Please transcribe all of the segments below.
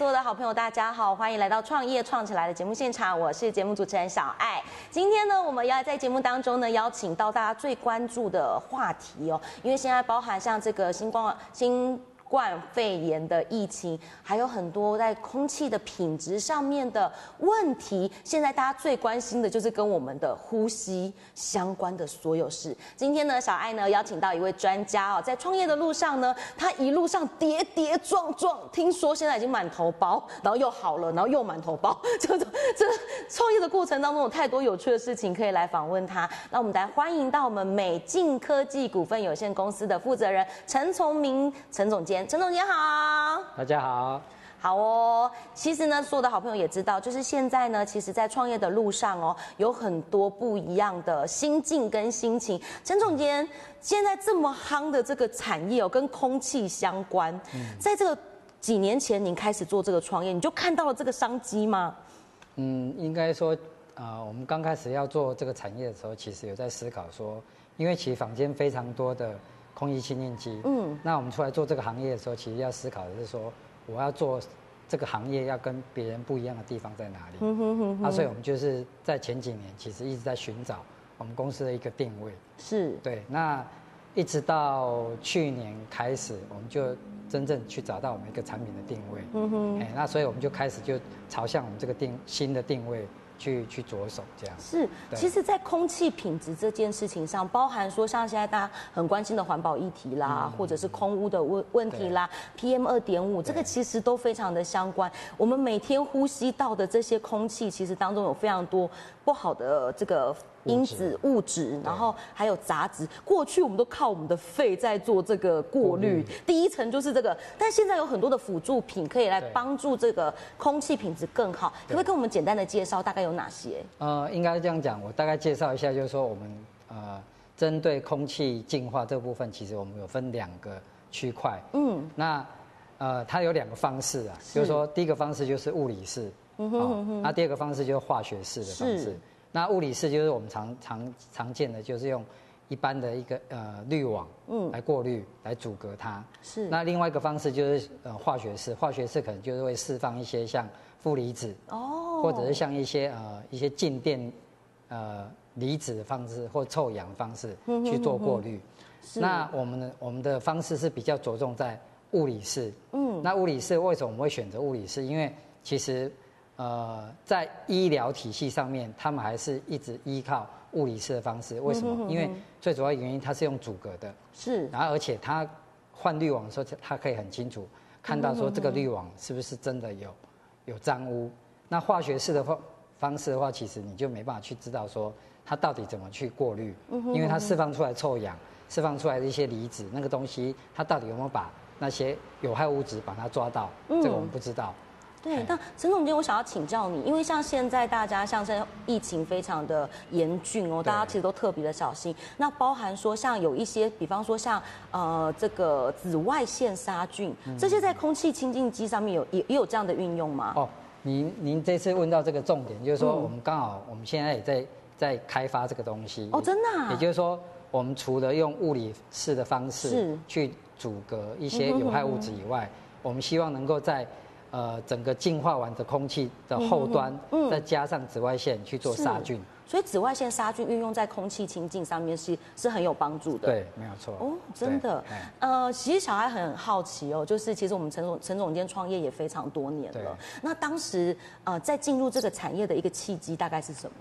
所有的好朋友，大家好，欢迎来到创业创起来的节目现场，我是节目主持人小爱。今天呢，我们要在节目当中呢，邀请到大家最关注的话题哦，因为现在包含像这个新冠肺炎的疫情，还有很多在空气的品质上面的问题。现在大家最关心的就是跟我们的呼吸相关的所有事。今天呢，小爱呢邀请到一位专家哦，在创业的路上呢，他一路上跌跌撞撞，听说现在已经满头包，然后又好了，然后又满头包。这创业的过程当中有太多有趣的事情可以来访问他。那我们来欢迎到我们美晋科技股份有限公司的负责人陈从明陈总监。陈总监好， 大家好。 好哦，其实呢，所有的好朋友也知道，就是现在呢，其实在创业的路上哦，有很多不一样的心境跟心情。陈总监，现在这么夯的这个产业哦，跟空气相关，在这个几年前您开始做这个创业，你就看到了这个商机吗？ 应该说，我们刚开始要做这个产业的时候，其实有在思考说，因为其实坊间非常多的空气清净机，那我们出来做这个行业的时候，其实要思考的是说，我要做这个行业要跟别人不一样的地方在哪里？所以我们就是在前几年其实一直在寻找我们公司的一个定位。 是， 对，那一直到去年开始，我们就真正去找到我们一个产品的定位。那所以我们就开始就朝向我们这个新的定位去着手这样。 是，其实，在空气品质这件事情上，包含说像现在大家很关心的环保议题啦，或者是空污的问题啦，PM2.5，这个其实都非常的相关。我们每天呼吸到的这些空气，其实当中有非常多不好的这个因子物质，然后还有杂质。过去我们都靠我们的肺在做这个过滤，第一层就是这个，但现在有很多的辅助品可以来帮助这个空气品质更好。可不可以跟我们简单的介绍大概有哪些？ 应该这样讲，我大概介绍一下，就是说我们针对空气净化这部分，其实我们有分2个区块。那它有2个方式啊，就是说第一个方式就是物理式，那第2个方式就是化学式的方式。那物理式就是我们常见的，就是用一般的一个滤网来过滤，来阻隔它。是。那另外一个方式就是化学式，化学式可能就是会释放一些像负离子或者是像一些静电离子的方式或臭氧的方式去做过滤。那我们的方式是比较着重在物理式。那物理式为什么我们会选择物理式？因为其实在医疗体系上面，他们还是一直依靠物理式的方式。为什么？因为最主要原因它是用阻隔的，是。然后而且它换滤网的时候，它可以很清楚看到说这个滤网是不是真的有脏污。那化学式的方式的话，其实你就没办法去知道说它到底怎么去过滤，因为它释放出来臭氧，释放出来的一些离子，那个东西它到底有没有把那些有害物质把它抓到，这个我们不知道。 对，那陈总监，我想要请教你，因为像现在大家像是疫情非常的严峻哦，大家其实都特别的小心。那包含说像有一些，比方说像这个紫外线杀菌，这些在空气清净机上面也有这样的运用吗？ 您这次问到这个重点，就是说我们刚好我们现在也在开发这个东西。真的啊？也就是说，我们除了用物理式的方式去阻隔一些有害物质以外，我们希望能够在整个净化完的空气的后端，再加上紫外线去做杀菌。所以紫外线杀菌运用在空气清净上面是很有帮助的。 对，没有错。 真的。其实小孩很好奇哦，就是其实我们陈总监创业也非常多年了。那当时在进入这个产业的一个契机大概是什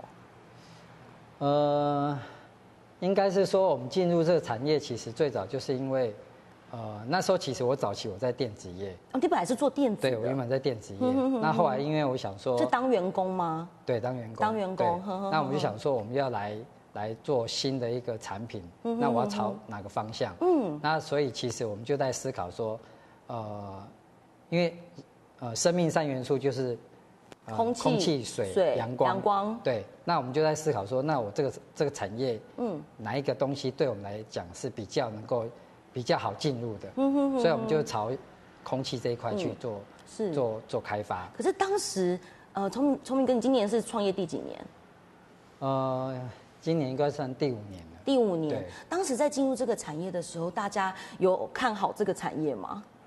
么？应该是说我们进入这个产业，其实最早就是因为。那时候其实我早期我在电子业。 你本来是做电子的？ 对，我原本在电子业。那后来因为我想说， 是当员工吗？ 对，当员工。 当员工。 那我们就想说，我们要来做新的一个产品，那我要朝哪个方向？那所以其实我们就在思考说，因为生命三元素就是空气、水、阳光。对，那我们就在思考说，那我这个产业，哪一个东西对我们来讲是比较能够比较好进入的，所以我们就朝空气这一块去做开发。 可是当时，聪明哥，你今年是创业第几年？ 今年应该算第5年了。 第5年。当时在进入这个产业的时候，大家有看好这个产业吗？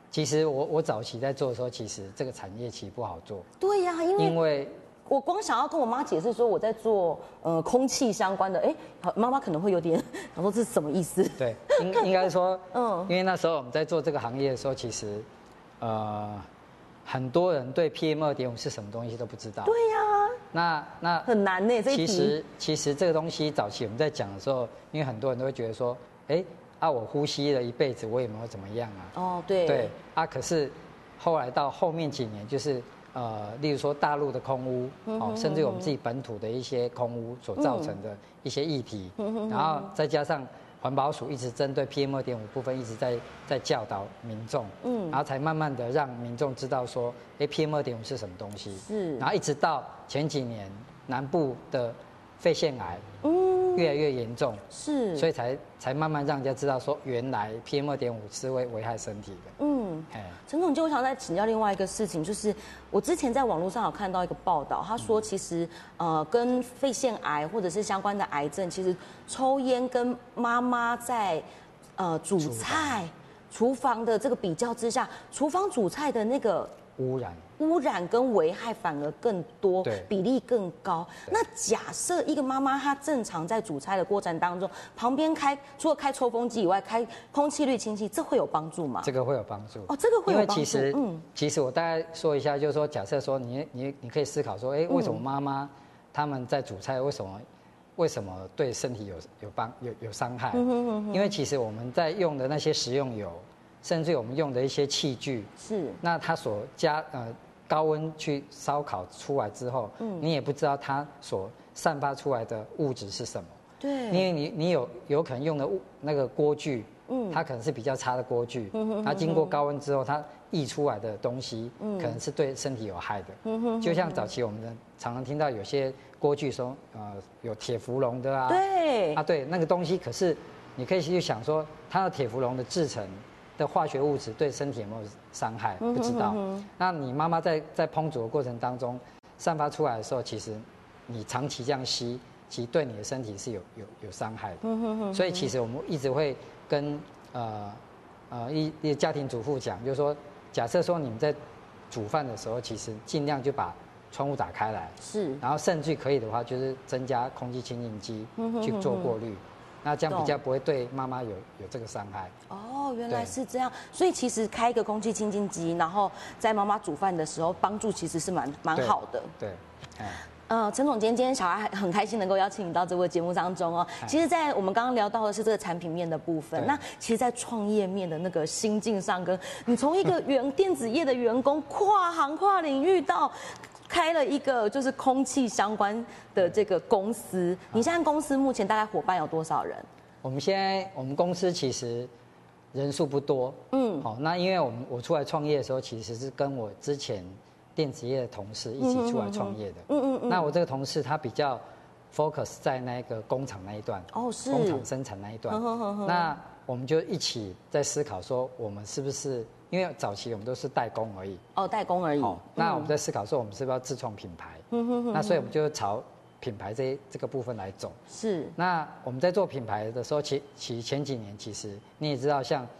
其实我早期在做的时候，其实这个产业其实不好做。 对呀，因为我光想要跟我妈解释说我在做空气相关的，妈妈可能会有点想说这是什么意思？ 对，应该说，因为那时候我们在做这个行业的时候，其实很多人对 PM2.5是什么东西都不知道。 对呀，那很难呢。这一题其实这个东西早期我们在讲的时候，因为很多人都会觉得说，我呼吸了一辈子，我也没有怎么样啊。 哦，对。 对啊，可是后来到后面几年，就是例如说大陆的空污，甚至我们自己本土的一些空污所造成的一些议题，然后再加上环保署一直针对 PM2.5部分一直在教导民众，然后才慢慢的让民众知道说，PM2.5是什么东西， 是， 然后一直到前几年南部的肺腺癌，越来越严重， 是， 所以才慢慢让人家知道说，原来 PM2.5是会危害身体的。 陈总监，我想再请教另外一个事情，就是我之前在网络上有看到一个报道，他说其实跟肺腺癌或者是相关的癌症，其实抽烟跟妈妈在煮菜厨房的这个比较之下，厨房煮菜的那个污染跟危害反而更多，比例更高。那假设一个妈妈她正常在煮菜的过程当中，旁边除了开抽风机以外，开空气滤清器，这会有帮助吗？ 这个会有帮助。 这个会有帮助。 因为其实我大概说一下，就是说，假设说你可以思考说，为什么妈妈他们在煮菜，为什么对身体有伤害？因为其实我们在用的那些食用油，甚至我们用的一些器具，那它所加高温去烧烤出来之后，你也不知道它所散发出来的物质是什么。 对， 因为你有可能用的那个锅具，它可能是比较差的锅具，它经过高温之后，它溢出来的东西，可能是对身体有害的。就像早期我们常常听到有些锅具说，有铁氟龙的啊，对，那个东西，可是你可以去想说，它的铁氟龙的制成的化学物质对身体有没有伤害？不知道。那你妈妈在烹煮的过程当中散发出来的时候，其实你长期这样吸，其实对你的身体是有伤害的。所以其实我们一直会跟一家庭主妇讲，就是说，假设说你们在煮饭的时候，其实尽量就把窗户打开来，然后甚至可以的话，就是增加空气清净机去做过滤。那这样比较不会对妈妈有这个伤害。 原来是这样。所以其实开一个空气清净机，然后在妈妈煮饭的时候，帮助其实是蛮好的。 对。 陈总监，今天小艾很开心能够邀请你到这个节目当中哦。其实，在我们刚刚聊到的是这个产品面的部分，那其实，在创业面的那个心境上，跟你从一个电子业的员工跨行跨领域到开了一个就是空气相关的这个公司，你现在公司目前大概伙伴有多少人？ 我们公司其实人数不多，那因为我出来创业的时候，其实是跟我之前电子业的同事一起出来创业的。那我这个同事他比较 focus 在那个工厂那一段，工厂生产那一段。那我们就一起在思考说，我们是不是因为早期我们都是代工而已。 代工而已。 那我们在思考说，我们是不是要自创品牌？那所以我们就朝品牌这个部分来走。那我们在做品牌的时候，其实前几年其实你也知道，像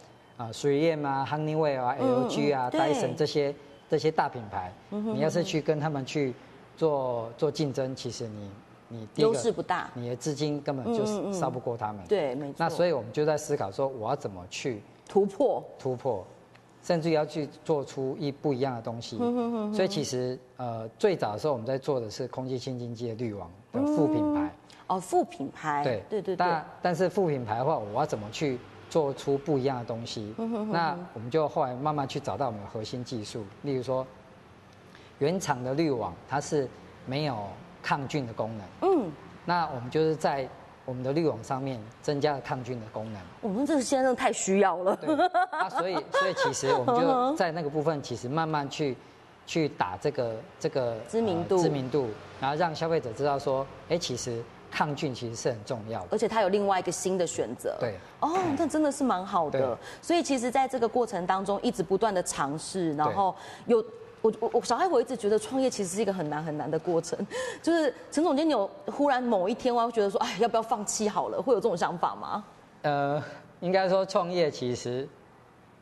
3M 啊、Honeywell 啊、LG 啊、Dyson 这些大品牌，你要是去跟他们去做竞争，其实你第一个优势不大， 你的资金根本就烧不过他们。 对，没错。 那所以我们就在思考说，我要怎么去突破， 甚至要去做出不一样的东西。所以其实最早的时候我们在做的是空气清净机的滤网的副品牌。 副品牌。对。 但是副品牌的话，我要怎么去做出不一样的东西？那我们就后来慢慢去找到我们的核心技术，例如说，原厂的滤网它是没有抗菌的功能。那我们就是在我们的滤网上面增加了抗菌的功能。 我们这个现在真的太需要了。 所以其实我们就在那个部分，其实慢慢去打这个知名度，然后让消费者知道说，其实抗菌其实是很重要的， 而且它有另外一个新的选择。 对。 那真的是蛮好的。所以其实在这个过程当中，一直不断的尝试，然后小艾，我一直觉得创业其实是一个很难的过程。就是陈总监，你有忽然某一天，我会觉得说，要不要放弃好了？会有这种想法吗？ 应该说创业其实，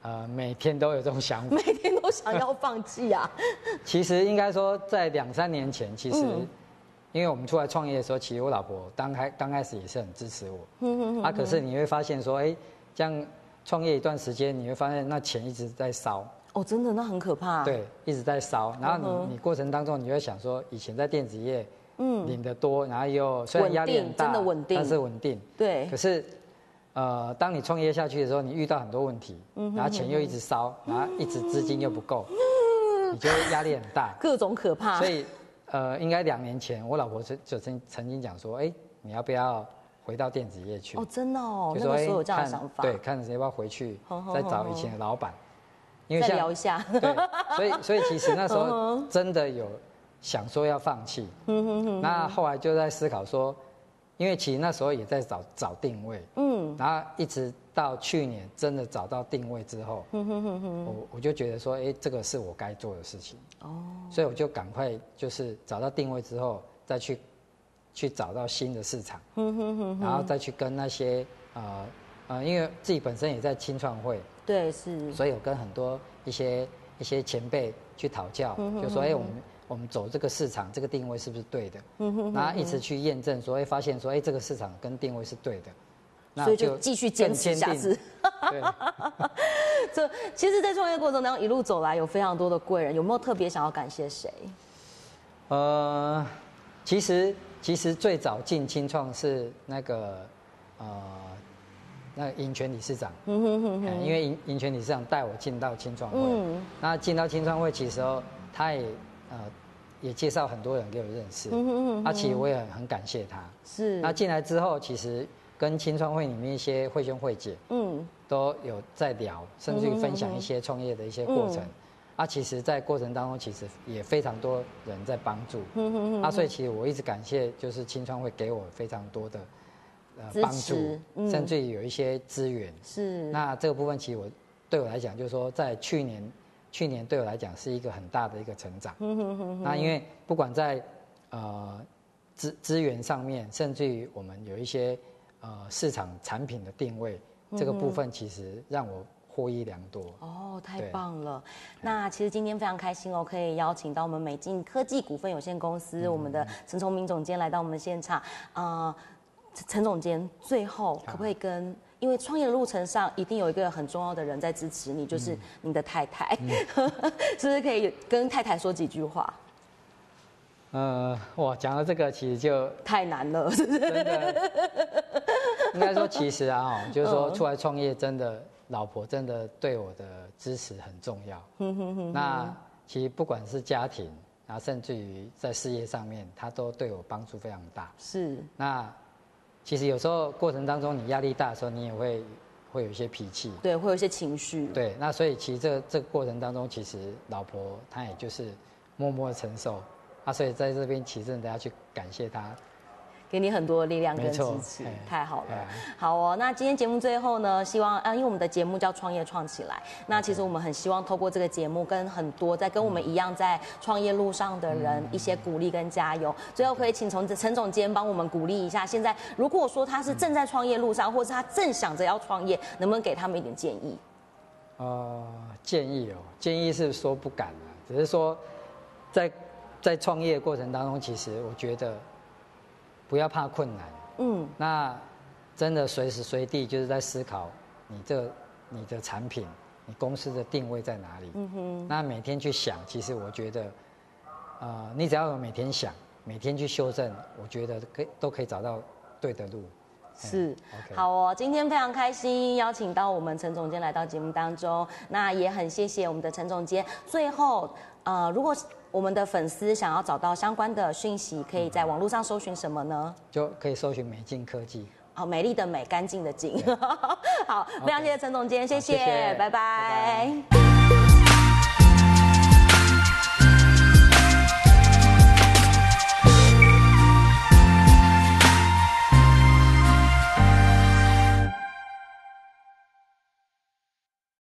每天都有这种想法， 每天都想要放弃啊。 其实应该说，在2、3年前，其实因为我们出来创业的时候，其实我老婆刚开始也是很支持我。可是你会发现说，这样创业一段时间，你会发现那钱一直在烧。 哦，真的，那很可怕。 对，一直在烧。然后你过程当中，你会想说，以前在电子业，领得多，然后又虽然压力很大， 真的稳定， 但是稳定。 对。 可是，当你创业下去的时候，你遇到很多问题，然后钱又一直烧，然后一直资金又不够，你就压力很大， 各种可怕。 所以，应该2年前，我老婆就曾经讲说，你要不要回到电子业去？ 哦，真的哦，那个时候有这样的想法。 对，看要不要回去，再找以前的老板。因为再聊一下。 对，所以其实那时候真的有想说要放弃。那后来就在思考说，因为其实那时候也在找定位。然后一直到去年真的找到定位之后，我就觉得说，这个是我该做的事情。所以我就赶快就是找到定位之后，再去找到新的市场。然后再去跟那些因为自己本身也在青创会。对，是，所以有跟很多一些前辈去讨教，就说我们走这个市场，这个定位是不是对的？然后一直去验证，说发现说这个市场跟定位是对的，那所以就继续坚持下去。 对， 这其实，在创业过程当中一路走来，有非常多的贵人，有没有特别想要感谢谁？ 其实最早进青创是那个尹泉理事长，因为尹泉理事长带我进到青创会，那进到青创会，其实他也介绍很多人给我认识，其实我也很感谢他。是，那进来之后，其实跟青创会里面一些会兄会姐，都有在聊，甚至于分享一些创业的一些过程。其实，在过程当中，其实也非常多人在帮助，所以其实我一直感谢，就是青创会给我非常多的。帮助，甚至于有一些资源。是，那这个部分其实对我来讲，就是说在去年对我来讲是一个很大的一个成长。那因为不管在资源上面，甚至于我们有一些市场产品的定位，这个部分其实让我获益良多。哦，太棒了！那其实今天非常开心哦，可以邀请到我们美晋科技股份有限公司我们的陈崇明总监来到我们的现场。陈总监，最后可不可以因为创业的路程上一定有一个很重要的人在支持你，就是你的太太，是不是可以跟太太说几句话？哇，讲到这个其实就太难了，是不是？真的，应该说其实就是说出来创业，真的老婆真的对我的支持很重要。那其实不管是家庭，然后甚至于在事业上面，她都对我帮助非常大。是，那。其实有时候过程当中，你压力大的时候，你也会有一些脾气，对，会有一些情绪，对。那所以其实这个过程当中，其实老婆她也就是默默的承受，所以在这边其实真的要去感谢她。给你很多的力量跟支持，太好了。好哦，那今天节目最后呢，希望因为我们的节目叫创业创起来，那其实我们很希望透过这个节目，跟很多在跟我们一样在创业路上的人一些鼓励跟加油。最后可以请陈总监帮我们鼓励一下，现在如果说他是正在创业路上，或是他正想着要创业，能不能给他们一点建议？建议是说不敢啊，只是说在创业过程当中，其实我觉得。不要怕困难，那真的随时随地就是在思考你的产品，你公司的定位在哪里？那每天去想，其实我觉得，你只要有每天想，每天去修正，我觉得都可以找到对的路。是，好哦，今天非常开心邀请到我们陈总监来到节目当中，那也很谢谢我们的陈总监。最后，如果我们的粉丝想要找到相关的讯息，可以在网络上搜寻什么呢？就可以搜寻美晋科技。好，美丽的美，干净的净。好，非常谢谢陈总监，谢谢，拜拜。